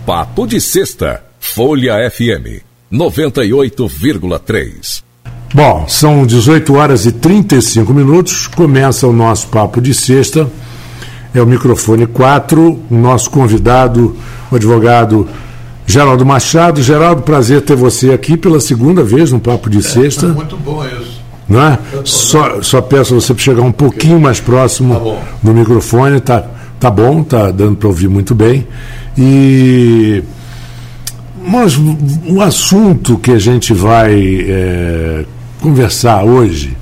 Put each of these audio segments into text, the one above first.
Papo de Sexta, Folha FM 98,3. Bom, são 18 horas e 35 minutos, começa o nosso Papo de Sexta, é o microfone 4, o nosso convidado, o advogado Geraldo Machado. Geraldo, prazer ter você aqui pela segunda vez no Papo de Sexta. Muito bom isso. Não é? Só peço a você para chegar um pouquinho mais próximo do microfone, tá bom, tá dando para ouvir muito bem. Mas o assunto que a gente vai conversar hoje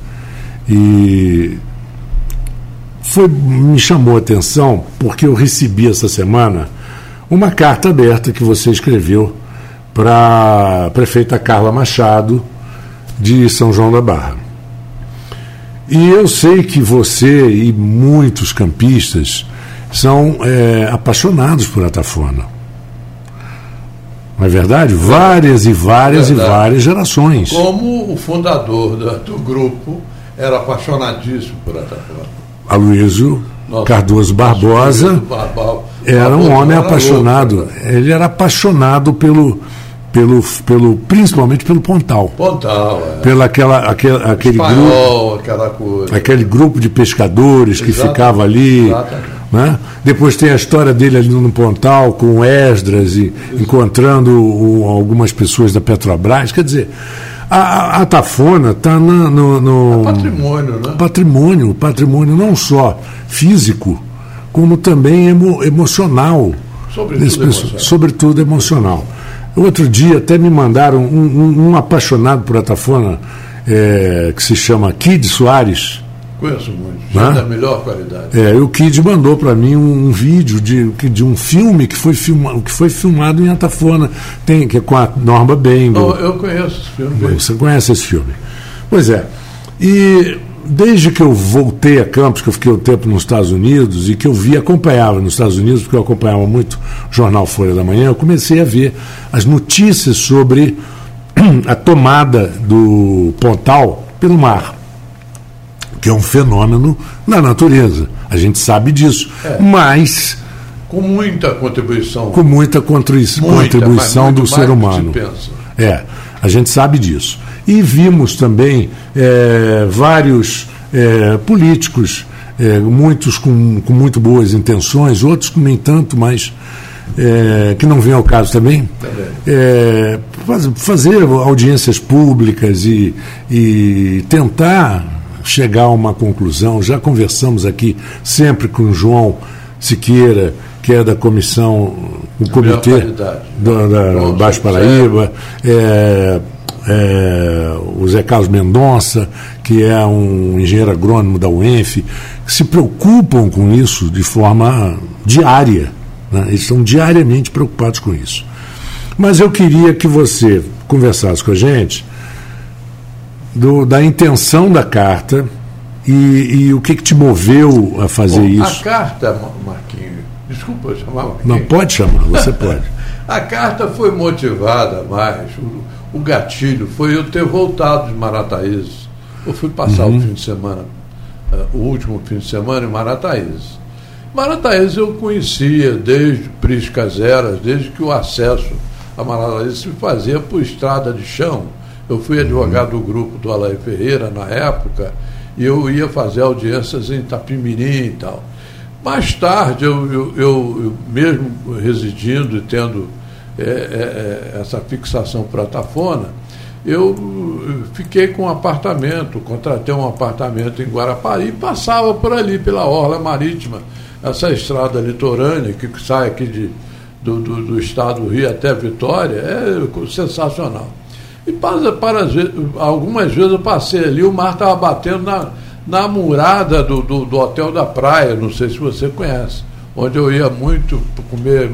me chamou a atenção porque eu recebi essa semana uma carta aberta que você escreveu para a prefeita Carla Machado de São João da Barra. E eu sei que você e muitos campistas são apaixonados por Atafona. Não é verdade? Várias e várias gerações. Como o fundador do grupo era apaixonadíssimo por Atafona. Aloysio Cardoso Barbosa era um homem apaixonado. Ele era apaixonado principalmente pelo Pontal. Pelo aquele espanhol, grupo, aquela coisa. Aquele grupo de pescadores que ficava ali. Né? Depois tem a história dele ali no Pontal com o Esdras e encontrando algumas pessoas da Petrobras. Quer dizer, a Atafona está no patrimônio, né? Patrimônio não só físico, como também emocional. Sobretudo emocional. Outro dia até me mandaram um apaixonado por Atafona, que se chama Kid Soares. Conheço muito, já da melhor qualidade. O Kid mandou para mim um vídeo de um filme que foi filmado em Atafona, que é com a Norma Bengel. Eu conheço esse filme. Você conhece esse filme? Pois é. E desde que eu voltei a Campos, que eu fiquei um tempo nos Estados Unidos e que acompanhava nos Estados Unidos, porque eu acompanhava muito o jornal Folha da Manhã, eu comecei a ver as notícias sobre a tomada do Pontal pelo mar, que é um fenômeno na natureza. A gente sabe disso. Mas com muita contribuição. Do ser humano. A gente sabe disso. E vimos também vários políticos, muitos com muito boas intenções, outros com nem tanto, mas que não vem ao caso também, fazer audiências públicas e tentar chegar a uma conclusão. Já conversamos aqui sempre com o João Siqueira, que é da comissão, o comitê da Baixo Paraíba, o Zé Carlos Mendonça, que é um engenheiro agrônomo da UENF, que se preocupam com isso de forma diária, né? Eles estão diariamente preocupados com isso. Mas eu queria que você conversasse com a gente da intenção da carta e o que te moveu a fazer isso. A carta, Marquinhos, desculpa chamar Marquinhos. Não, pode chamar, você pode. A carta foi motivada mais, o gatilho foi eu ter voltado de Marataízes. Eu fui passar o fim de semana, o último fim de semana em Marataízes. Marataízes eu conhecia desde Priscas Eras, desde que o acesso a Marataízes se fazia por estrada de chão. Eu fui advogado do grupo do Alain Ferreira na época, e eu ia fazer audiências em Itapimirim e tal. Mais tarde, eu mesmo residindo e tendo essa fixação para Atafona, eu fiquei com um apartamento, contratei um apartamento em Guarapari e passava por ali, pela Orla Marítima, essa estrada litorânea que sai aqui do estado do Rio até Vitória, é sensacional. E algumas vezes eu passei ali, o mar estava batendo na murada do Hotel da Praia, não sei se você conhece, onde eu ia muito comer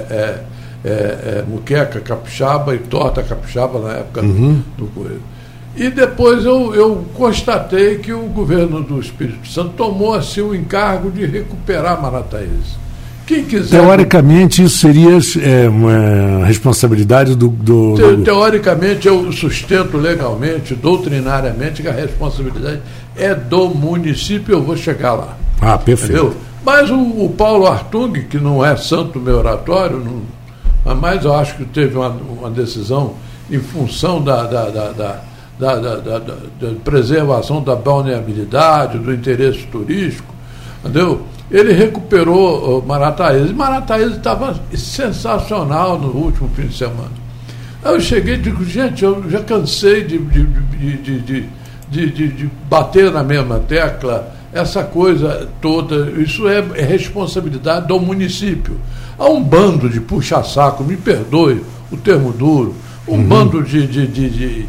muqueca capixaba e torta capixaba na época do Coelho. E depois eu constatei que o governo do Espírito Santo tomou assim o encargo de recuperar Marataízes. Quem quiser... Teoricamente, isso seria uma responsabilidade do... Teoricamente, eu sustento legalmente, doutrinariamente, que a responsabilidade é do município. Eu vou chegar lá. Perfeito. Entendeu? Mas o Paulo Artung, que não é santo do meu oratório, mas eu acho que teve uma decisão em função da preservação da balneabilidade, do interesse turístico, entendeu? Ele recuperou Marataízes. Marataízes estava sensacional no último fim de semana. Aí eu cheguei e digo, gente, eu já cansei de bater na mesma tecla, essa coisa toda, isso é responsabilidade do município. Há um bando de puxa-saco, me perdoe o termo duro, bando de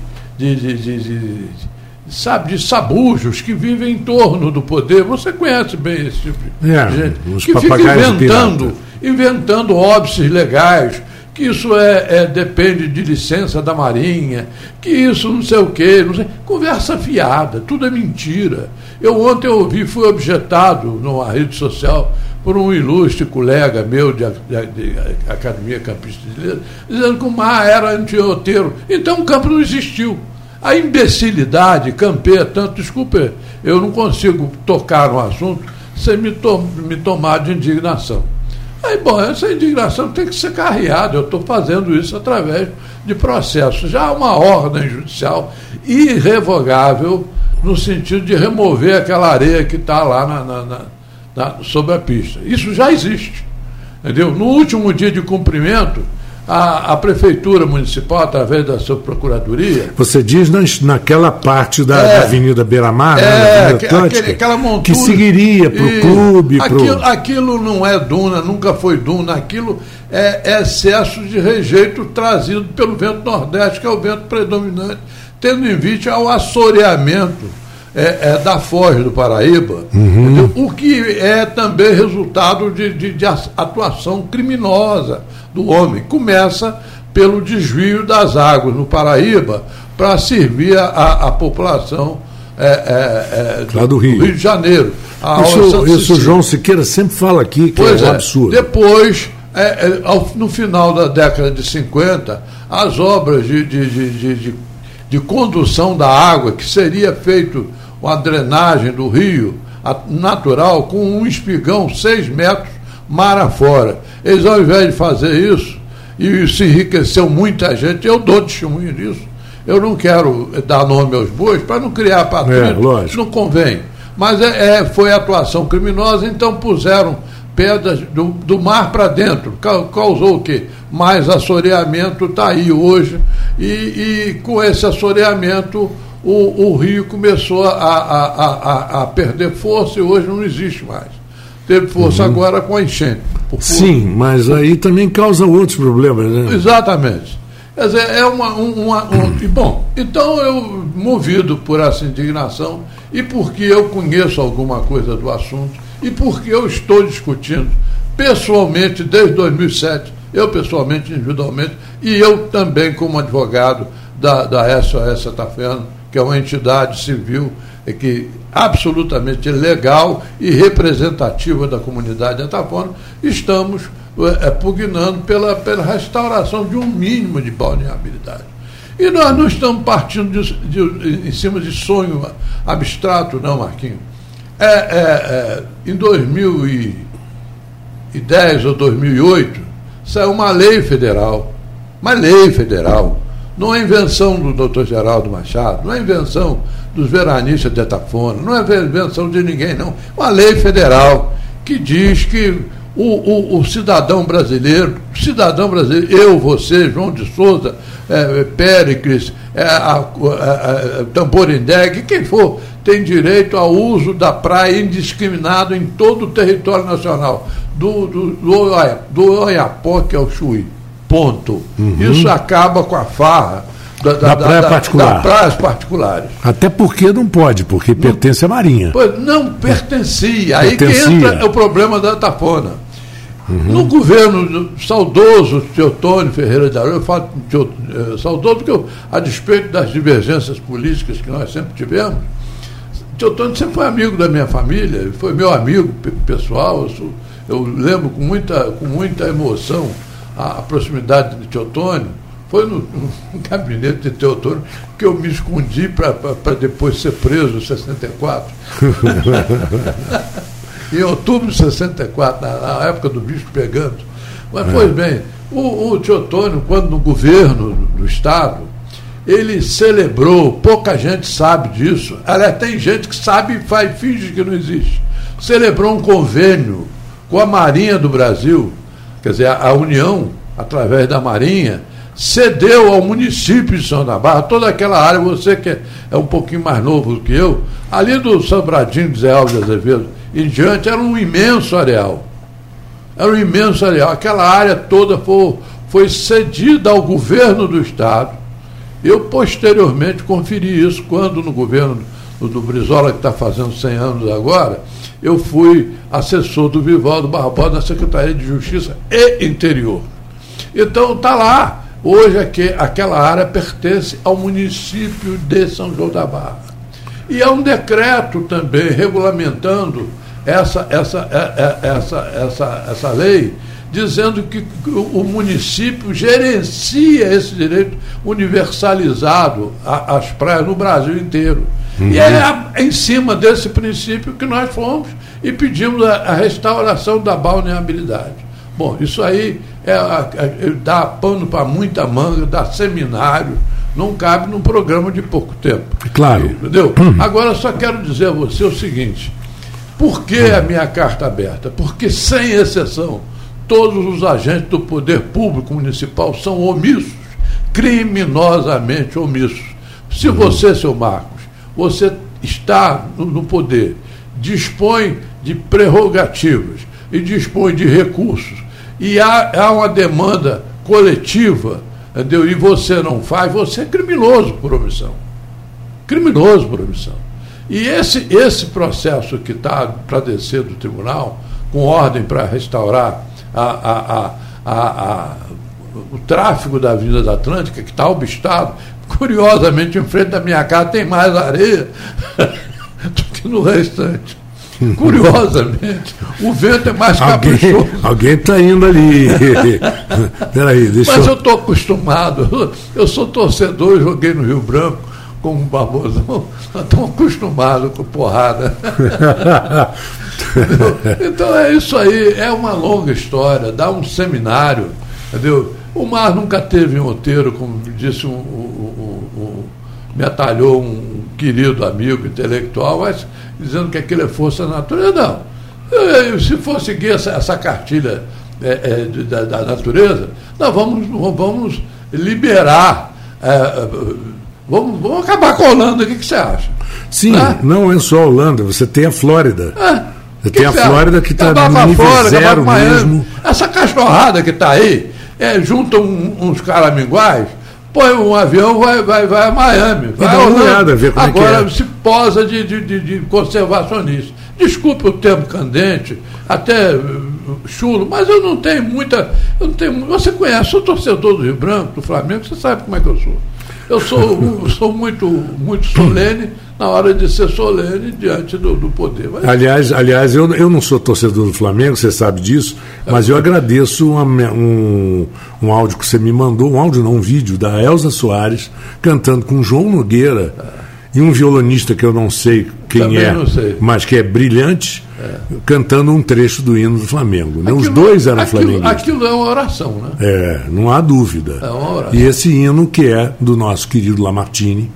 sabujos que vivem em torno do poder. Você conhece bem esse tipo de gente que fica inventando óbices legais, que isso depende de licença da Marinha, que isso não sei o quê, não sei. Conversa fiada, tudo é mentira. Ontem fui objetado numa rede social por um ilustre colega meu de Academia Campista de Letras, dizendo que o mar era anti-roteiro. Então o campo não existiu. A imbecilidade campeia tanto, desculpe, eu não consigo tocar no assunto sem me tomar de indignação. Aí, bom, essa indignação tem que ser carreada, eu estou fazendo isso através de processos. Já há uma ordem judicial irrevogável no sentido de remover aquela areia que está lá sobre a pista. Isso já existe, entendeu? No último dia de cumprimento, a Prefeitura Municipal, através da sua Procuradoria... Você diz naquela parte da Avenida Beira-Mar, né, aquela montura, que seguiria para o clube... Aquilo não é duna, nunca foi duna, aquilo é excesso de rejeito trazido pelo vento nordeste, que é o vento predominante, tendo em vista ao assoreamento da Foz do Paraíba, o que é também resultado de atuação criminosa do homem. Começa pelo desvio das águas no Paraíba para servir a população do Rio de Janeiro. Isso João Siqueira sempre fala aqui, que é um absurdo. Depois, no final da década de 50, as obras de condução da água, que seria feito uma drenagem do rio natural com um espigão 6 metros mar afora. Eles, ao invés de fazer isso, e se enriqueceu muita gente, eu dou testemunho disso. Eu não quero dar nome aos bois para não criar patrícia, não convém. Mas foi atuação criminosa, então puseram pedras do mar para dentro. Causou o quê? Mais assoreamento, está aí hoje, e com esse assoreamento o rio começou a perder força e hoje não existe mais. Teve força agora com a enchente. Sim, mas aí também causa outros problemas, né? Exatamente. Quer dizer, bom, então eu, movido por essa indignação, e porque eu conheço alguma coisa do assunto, e porque eu estou discutindo pessoalmente desde 2007, eu pessoalmente, individualmente, e eu também como advogado da SOS Atafona, que é uma entidade civil que absolutamente legal e representativa da comunidade atafona, estamos pugnando pela restauração de um mínimo de balneabilidade. E nós não estamos partindo em cima de sonho abstrato, não, Marquinhos. Em 2010 ou 2008, saiu uma lei federal, não é invenção do Dr. Geraldo Machado, não é invenção dos veranistas de Atafona, não é invenção de ninguém, não. Uma lei federal que diz que o cidadão brasileiro, eu, você, João de Souza, Péricles, Tamborindeg, quem for, tem direito ao uso da praia indiscriminado em todo o território nacional, do Oiapoque ao Chuí. Ponto. Isso acaba com a farra da praia particular. Das praias particulares. Até porque não pode, porque não, pertence à Marinha. Não pertencia. Aí que entra o problema da Atafona. No governo saudoso Teotônio Ferreira de Araújo, eu falo saudoso porque a despeito das divergências políticas que nós sempre tivemos, Teotônio sempre foi amigo da minha família, foi meu amigo pessoal. Eu lembro com muita emoção a proximidade de Teotônio. Foi no gabinete de Teotônio que eu me escondi para depois ser preso em 64. Em outubro de 64, na época do bicho pegando. Mas, pois bem, O Teotônio, quando no governo do Estado, ele celebrou, pouca gente sabe disso, aliás, tem gente que sabe e finge que não existe, celebrou um convênio com a Marinha do Brasil, quer dizer, a União, através da Marinha, cedeu ao município de São da Barra, toda aquela área, você que é um pouquinho mais novo do que eu, ali do Sobradinho de Zé Alves de Azevedo em diante, era um imenso areal. Aquela área toda foi cedida ao governo do Estado. Eu, posteriormente, conferi isso quando, no governo do Brizola, que está fazendo 100 anos agora, eu fui assessor do Vivaldo Barbosa na Secretaria de Justiça e Interior. Então, está lá. Hoje, aquela área pertence ao município de São João da Barra. E há um decreto também regulamentando essa lei, dizendo que o município gerencia esse direito universalizado às praias no Brasil inteiro. Uhum. E é em cima desse princípio que nós fomos e pedimos a restauração da balneabilidade. Bom, isso aí dá pano para muita manga, dá seminário, não cabe num programa de pouco tempo. Claro. Entendeu? Agora, eu só quero dizer a você o seguinte: por que a minha carta aberta? Porque, sem exceção, todos os agentes do poder público municipal são omissos, criminosamente omissos. Se você, seu Marcos, você está no poder, dispõe de prerrogativas e dispõe de recursos, e há uma demanda coletiva, entendeu? E você não faz, você é criminoso por omissão. Criminoso por omissão. E esse processo que está para descer do tribunal, com ordem para restaurar o tráfego da Avenida da Atlântica, que está obstado, curiosamente, em frente da minha casa tem mais areia do que no restante. Curiosamente, o vento é mais caprichoso. Alguém está indo ali. Peraí, Mas eu estou acostumado. Eu sou torcedor, joguei no Rio Branco com um Barbosão. Estou acostumado com porrada. Então é isso aí. É uma longa história. Dá um seminário. Entendeu? O Mar nunca teve um roteiro, como disse me atalhou um querido amigo intelectual, mas dizendo que aquilo é força da natureza. Não. Se for seguir essa cartilha da natureza, nós vamos liberar, vamos acabar com a Holanda. O que você acha? Sim, não é só a Holanda, você tem a Flórida. Você tem a Flórida que está no nível zero mesmo. Essa cachorrada que está aí, junta uns caraminguais, põe um avião, vai a Miami. Vai a Holanda, ver como agora se posa de conservacionista. Desculpe o termo candente, até chulo, mas eu não tenho muita. Você conhece, sou torcedor do Rio Branco, do Flamengo, você sabe como é que eu sou. Eu sou muito, muito solene na hora de ser solene diante do poder. Mas... Aliás, eu não sou torcedor do Flamengo, você sabe disso, mas eu agradeço um áudio que você me mandou, um vídeo da Elza Soares cantando com João Nogueira e um violonista que eu não sei quem não sei. Mas que é brilhante, cantando um trecho do hino do Flamengo. Os dois eram flamenguistas. Aquilo é uma oração, né? Não há dúvida. É uma oração. E esse hino que é do nosso querido Lamartine,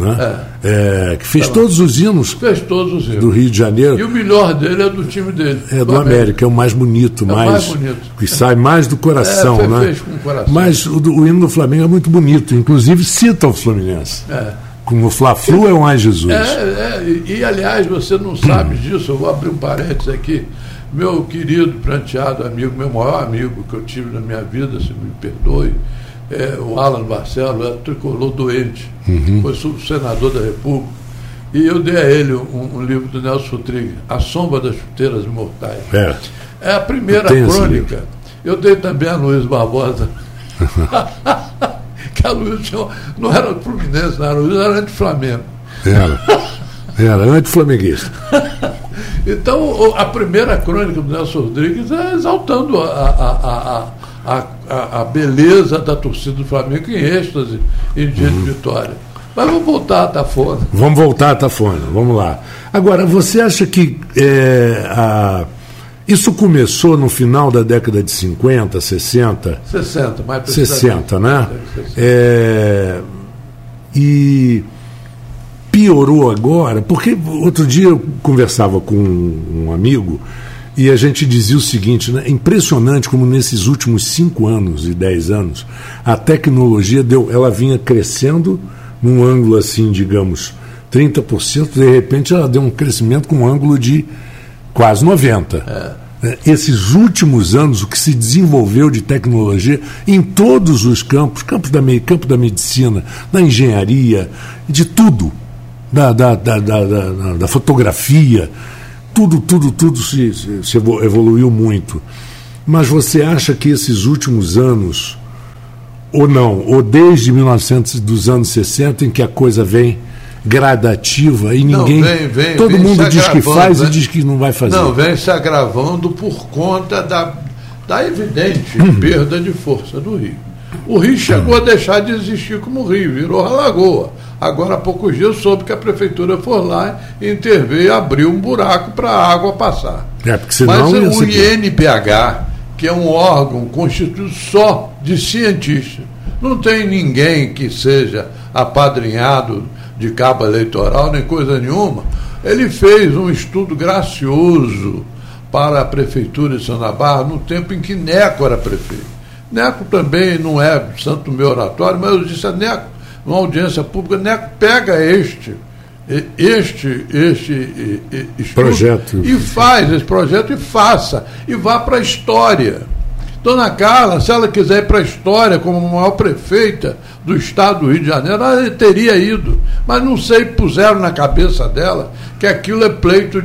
né? Que fez todos os hinos do Rio de Janeiro. E o melhor dele é do time dele. Do América, é o mais bonito, que sai mais do coração. Né? Fez com o coração. Mas o hino do Flamengo é muito bonito, inclusive cita o Fluminense. Como o Fla-Flu é um ai Jesus. E aliás, você não sabe disso, eu vou abrir um parênteses aqui. Meu querido pranteado amigo, meu maior amigo que eu tive na minha vida, se me perdoe, o Alan Barcelo, tricolor doente, foi senador da República, e eu dei a ele um livro do Nelson Futriglia, A Sombra das Chuteiras Imortais. É a primeira crônica. Eu dei também a Luiz Barbosa. Que a Luiz não era Fluminense, não, a Luiz era anti-Flamengo. Era anti-flamenguista. Então, a primeira crônica do Nelson Rodrigues é exaltando a beleza da torcida do Flamengo em êxtase em dia de vitória. Mas vamos voltar à Tafona. Vamos lá. Agora, você acha que Isso começou no final da década de 50, 60? 60, mais precisamente. 60, né? E piorou agora, porque outro dia eu conversava com um amigo e a gente dizia o seguinte, né? É impressionante como nesses últimos 5 anos e 10 anos a tecnologia ela vinha crescendo num ângulo assim, digamos, 30%, de repente ela deu um crescimento com um ângulo de quase 90%. Esses últimos anos, o que se desenvolveu de tecnologia em todos os campos, campo da medicina, da engenharia, de tudo, da fotografia, tudo se evoluiu muito. Mas você acha que esses últimos anos, ou não, ou desde 1900, dos anos 60, em que a coisa vem gradativa e ninguém... todo mundo diz que faz e diz que não vai fazer. Não, vem se agravando por conta da evidente perda de força do rio. O rio chegou a deixar de existir como rio, virou a lagoa. Agora, há poucos dias, eu soube que a prefeitura foi lá, interveio e abriu um buraco para a água passar. Porque senão mas o INPH, que é um órgão constituído só de cientistas, não tem ninguém que seja apadrinhado de cabo eleitoral, nem coisa nenhuma. Ele fez um estudo gracioso para a prefeitura de Santa Barra no tempo em que Neco era prefeito. Neco também não é santo meu oratório, mas eu disse a Neco, numa audiência pública, Neco pega este projeto e faz esse projeto e faça, e vá para a história. Dona Carla, se ela quiser ir para a história como a maior prefeita do estado do Rio de Janeiro, ela teria ido. Mas não sei, puseram na cabeça dela que aquilo é pleito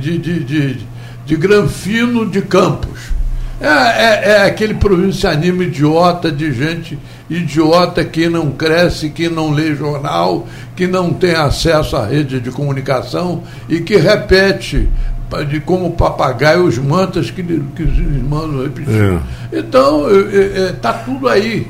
de Granfino de Campos. É aquele provincianismo idiota de gente idiota que não cresce, que não lê jornal, que não tem acesso à rede de comunicação e que repete como papagaio os mantas que os mandam repetir. Então, está tudo aí.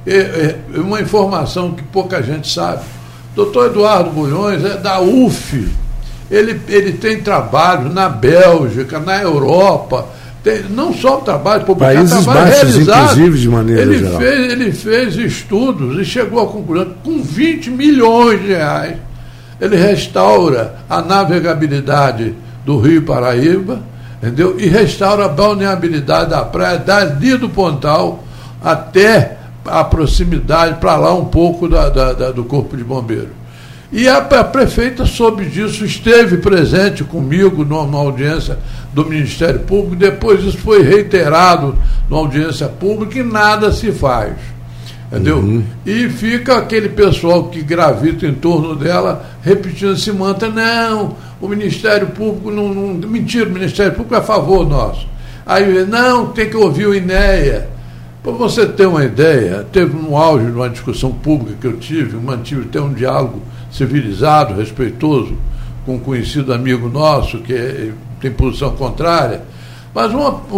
Uma informação que pouca gente sabe. Dr. Eduardo Bulhões é da UF. Ele tem trabalho na Bélgica, na Europa. Não só trabalho, publicar países trabalho baixos, realizado. Inclusive, de maneira geral. Ele fez estudos e chegou à conclusão que com 20 milhões de reais ele restaura a navegabilidade do Rio Paraíba, entendeu? E restaura a balneabilidade da praia, dali do Pontal até a proximidade, para lá um pouco do Corpo de Bombeiro. E a prefeita soube disso, esteve presente comigo numa audiência do Ministério Público, depois isso foi reiterado na audiência pública e nada se faz. Entendeu? E fica aquele pessoal que gravita em torno dela repetindo esse mantra, não, o Ministério Público não... Mentira, o Ministério Público é a favor nosso. Aí, não, tem que ouvir o INEA. Para você ter uma ideia, teve um auge de uma discussão pública que eu mantive até um diálogo civilizado, respeitoso, com um conhecido amigo nosso, que tem posição contrária, mas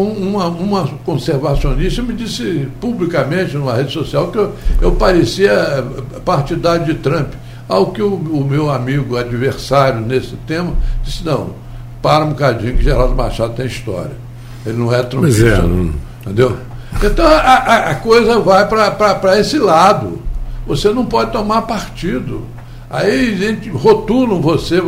uma conservacionista me disse publicamente numa rede social que eu parecia partidário de Trump, ao que o meu amigo adversário nesse tema disse, não, para um bocadinho que Geraldo Machado tem história, ele não é trumpista, entendeu? Então a coisa vai para esse lado, você não pode tomar partido. Aí gente rotulam você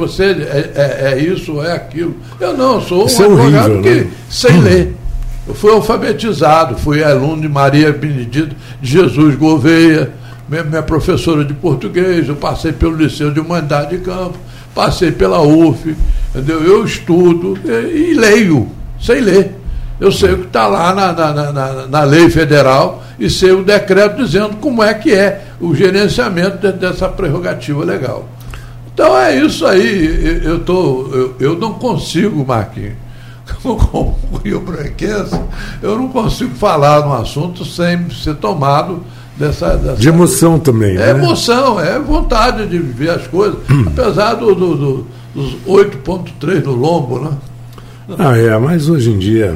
é isso, é aquilo. Eu não, sou um advogado que sem ler. Eu fui alfabetizado, fui aluno de Maria Benedita de Jesus Gouveia, minha professora de português, eu passei pelo Liceu de Humanidade de Campos, passei pela UF, entendeu? Eu estudo e leio, sem ler. Eu sei o que está lá na lei federal e sei o decreto dizendo como é que é o gerenciamento dessa prerrogativa legal. Então é isso aí. Eu não consigo, Marquinhos, como rio-branquense, eu não consigo falar num assunto sem ser tomado dessa de emoção também. É, né? Emoção, é vontade de ver as coisas, apesar dos 8,3 no lombo, né? Mas hoje em dia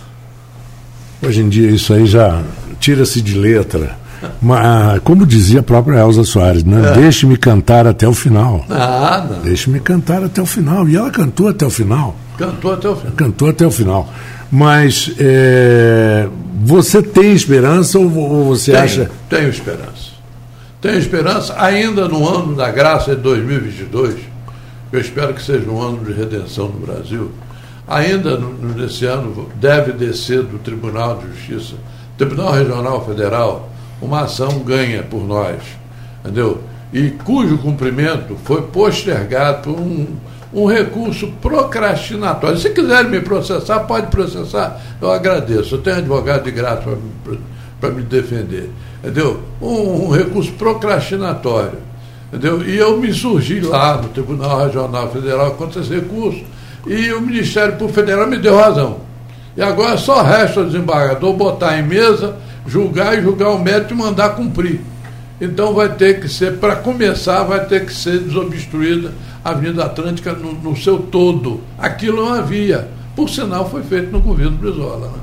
isso aí já tira-se de letra. Mas, como dizia a própria Elza Soares, né? Deixe-me cantar até o final. Deixe-me cantar até o final. E ela cantou até o final. Cantou até o final. Cantou até o final. Mas você tem esperança ou você acha... Tenho esperança. Tenho esperança ainda no ano da graça de 2022, eu espero que seja um ano de redenção no Brasil, ainda nesse ano deve descer do Tribunal de Justiça, Tribunal Regional Federal, uma ação ganha por nós, entendeu? E cujo cumprimento foi postergado por um recurso procrastinatório. Se quiserem me processar, pode processar, eu agradeço. Eu tenho advogado de graça para me defender. Entendeu? Um recurso procrastinatório. Entendeu? E eu me insurgi lá no Tribunal Regional Federal contra esse recurso e o Ministério Público Federal me deu razão. E agora só resta ao desembargador botar em mesa, julgar o mérito e mandar cumprir. Então vai ter que ser, para começar, vai ter que ser desobstruída a Avenida Atlântica no seu todo. Aquilo não havia. Por sinal, foi feito no governo Brizola, né?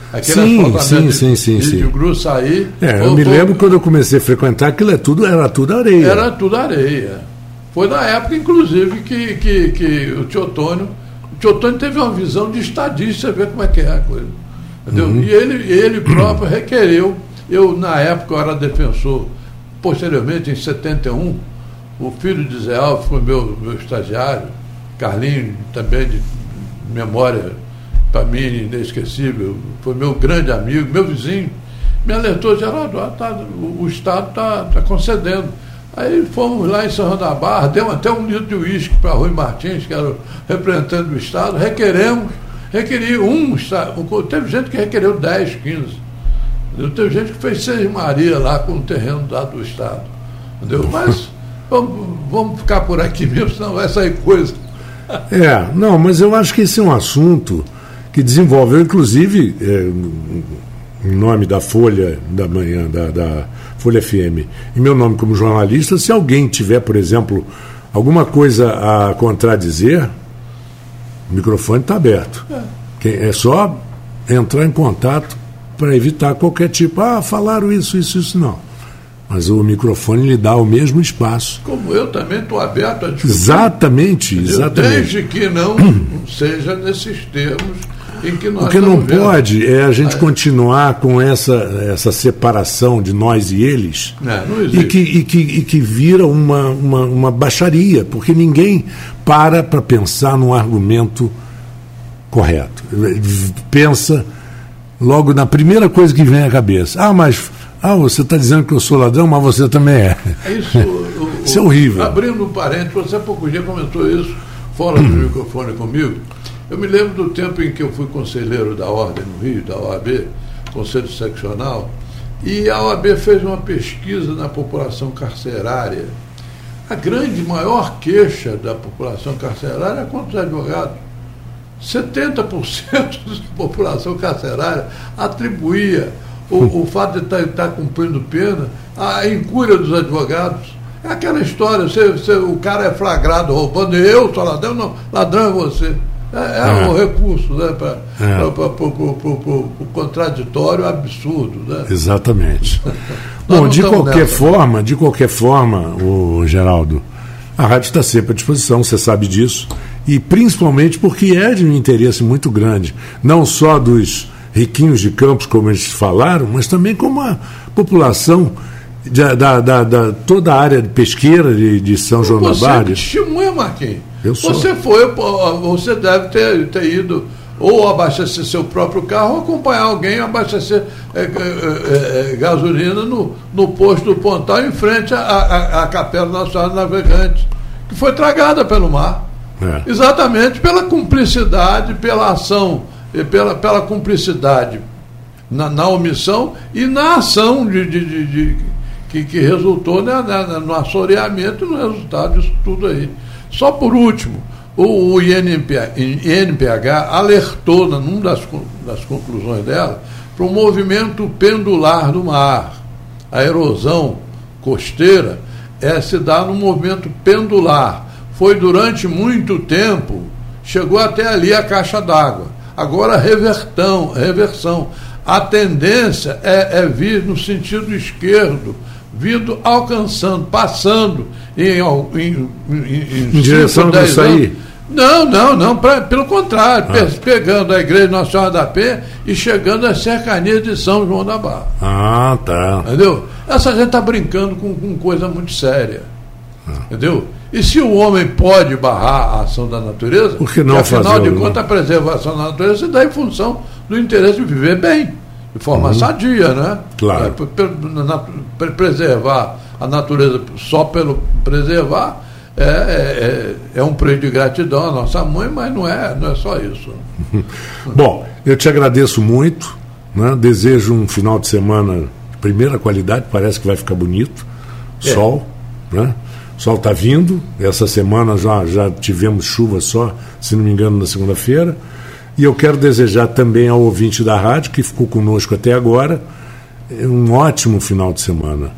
Sim. De Gruçaí. Eu me lembro quando eu comecei a frequentar, aquilo era tudo areia. Era tudo areia. Foi na época, inclusive, que o Tio Antônio teve uma visão de estadista, ver como é que é a coisa. Entendeu? E ele próprio requereu. Eu, na época, eu era defensor. Posteriormente, em 71, o filho de Zé Alves foi meu estagiário, Carlinho, também de memória, para mim, inesquecível, foi meu grande amigo, meu vizinho, me alertou, Geraldo, o Estado está concedendo. Aí fomos lá em São João da Barra, demos até um litro de uísque para Rui Martins, que era o representante do Estado, teve gente que requereu 10, 15. Teve gente que fez 6 Maria lá com o terreno dado do Estado. Entendeu? Mas vamos ficar por aqui mesmo, senão vai sair coisa. Mas eu acho que esse é um assunto que desenvolveu, inclusive, em nome da Folha da Manhã, da Folha FM, em meu nome como jornalista, se alguém tiver, por exemplo, alguma coisa a contradizer, o microfone está aberto. É só entrar em contato para evitar qualquer tipo, falaram isso, não. Mas o microfone lhe dá o mesmo espaço. Como eu também estou aberto a discutir. Exatamente. Desde que não seja nesses termos em que nós... O que não pode é a gente continuar com essa separação de nós e eles, não existe. E que vira uma baixaria, porque ninguém para pensar num argumento correto. Pensa logo na primeira coisa que vem à cabeça. Você está dizendo que eu sou ladrão, mas você também é. Isso é horrível. Abrindo um parênteses, você há pouco dia comentou isso fora do microfone comigo. Eu me lembro do tempo em que eu fui conselheiro da Ordem no Rio, da OAB, Conselho Seccional, e a OAB fez uma pesquisa na população carcerária. A maior queixa da população carcerária é contra os advogados. 70% da população carcerária atribuía o fato de estar cumprindo pena à incúria dos advogados. É aquela história, o cara é flagrado roubando, eu sou ladrão, não, ladrão é você. Um recurso, né, para o contraditório absurdo. Né? Exatamente. Bom, de qualquer forma, Geraldo, a rádio está sempre à disposição, você sabe disso, e principalmente porque é de um interesse muito grande, não só dos riquinhos de Campos, como eles falaram, mas também como a população da toda a área de pesqueira de São João da Barra. Você testemunha, Marquinhos. Você deve ter ido ou abastecer seu próprio carro ou acompanhar alguém abastecer gasolina no posto do Pontal em frente à Capela Nacional de Navegantes, que foi tragada pelo mar. Exatamente pela cumplicidade, pela ação, pela cumplicidade na omissão e na ação que resultou no assoreamento e no resultado disso tudo aí. Só por último, o INPH alertou, numa das conclusões dela, para um movimento pendular do mar. A erosão costeira se dá num movimento pendular. Foi durante muito tempo, chegou até ali a caixa d'água. Agora reversão. A tendência é vir no sentido esquerdo, alcançando, passando em direção a Gruçaí. Não, pelo contrário, pegando a Igreja Nossa Senhora da Penha e chegando às cercanias de São João da Barra. Ah, tá. Entendeu? Essa gente está brincando com coisa muito séria. Entendeu? E se o homem pode barrar a ação da natureza, por que não fazer? Afinal de contas, a preservação da natureza se dá em função do interesse de viver bem, de forma sadia, né? Claro. Preservar a natureza só pelo preservar é um prêmio de gratidão à nossa mãe, mas não é só isso. Bom, eu te agradeço muito, né? Desejo um final de semana de primeira qualidade, parece que vai ficar bonito. Sol, né? O sol está vindo, essa semana já tivemos chuva só, se não me engano, na segunda-feira. E eu quero desejar também ao ouvinte da rádio, que ficou conosco até agora, um ótimo final de semana.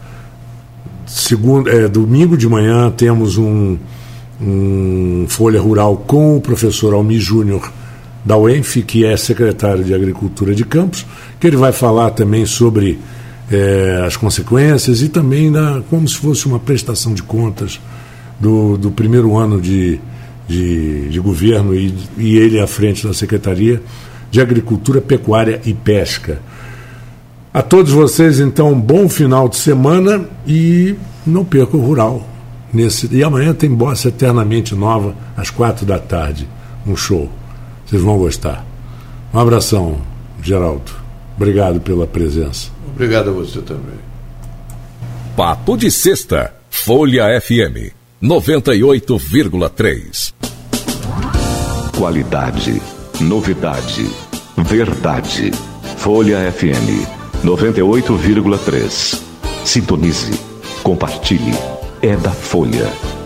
Domingo de manhã temos um Folha Rural com o professor Almir Júnior da UENF, que é secretário de Agricultura de Campos, que ele vai falar também sobre as consequências e também como se fosse uma prestação de contas do primeiro ano de governo e ele à frente da Secretaria de Agricultura, Pecuária e Pesca. A todos vocês, então, um bom final de semana e não perca o Rural. E amanhã tem Bossa Eternamente Nova, às 16h, um show. Vocês vão gostar. Um abração, Geraldo. Obrigado pela presença. Obrigado a você também. Papo de Sexta, Folha FM 98,3. Qualidade, novidade, verdade. Folha FM 98,3. Sintonize, compartilhe. É da Folha.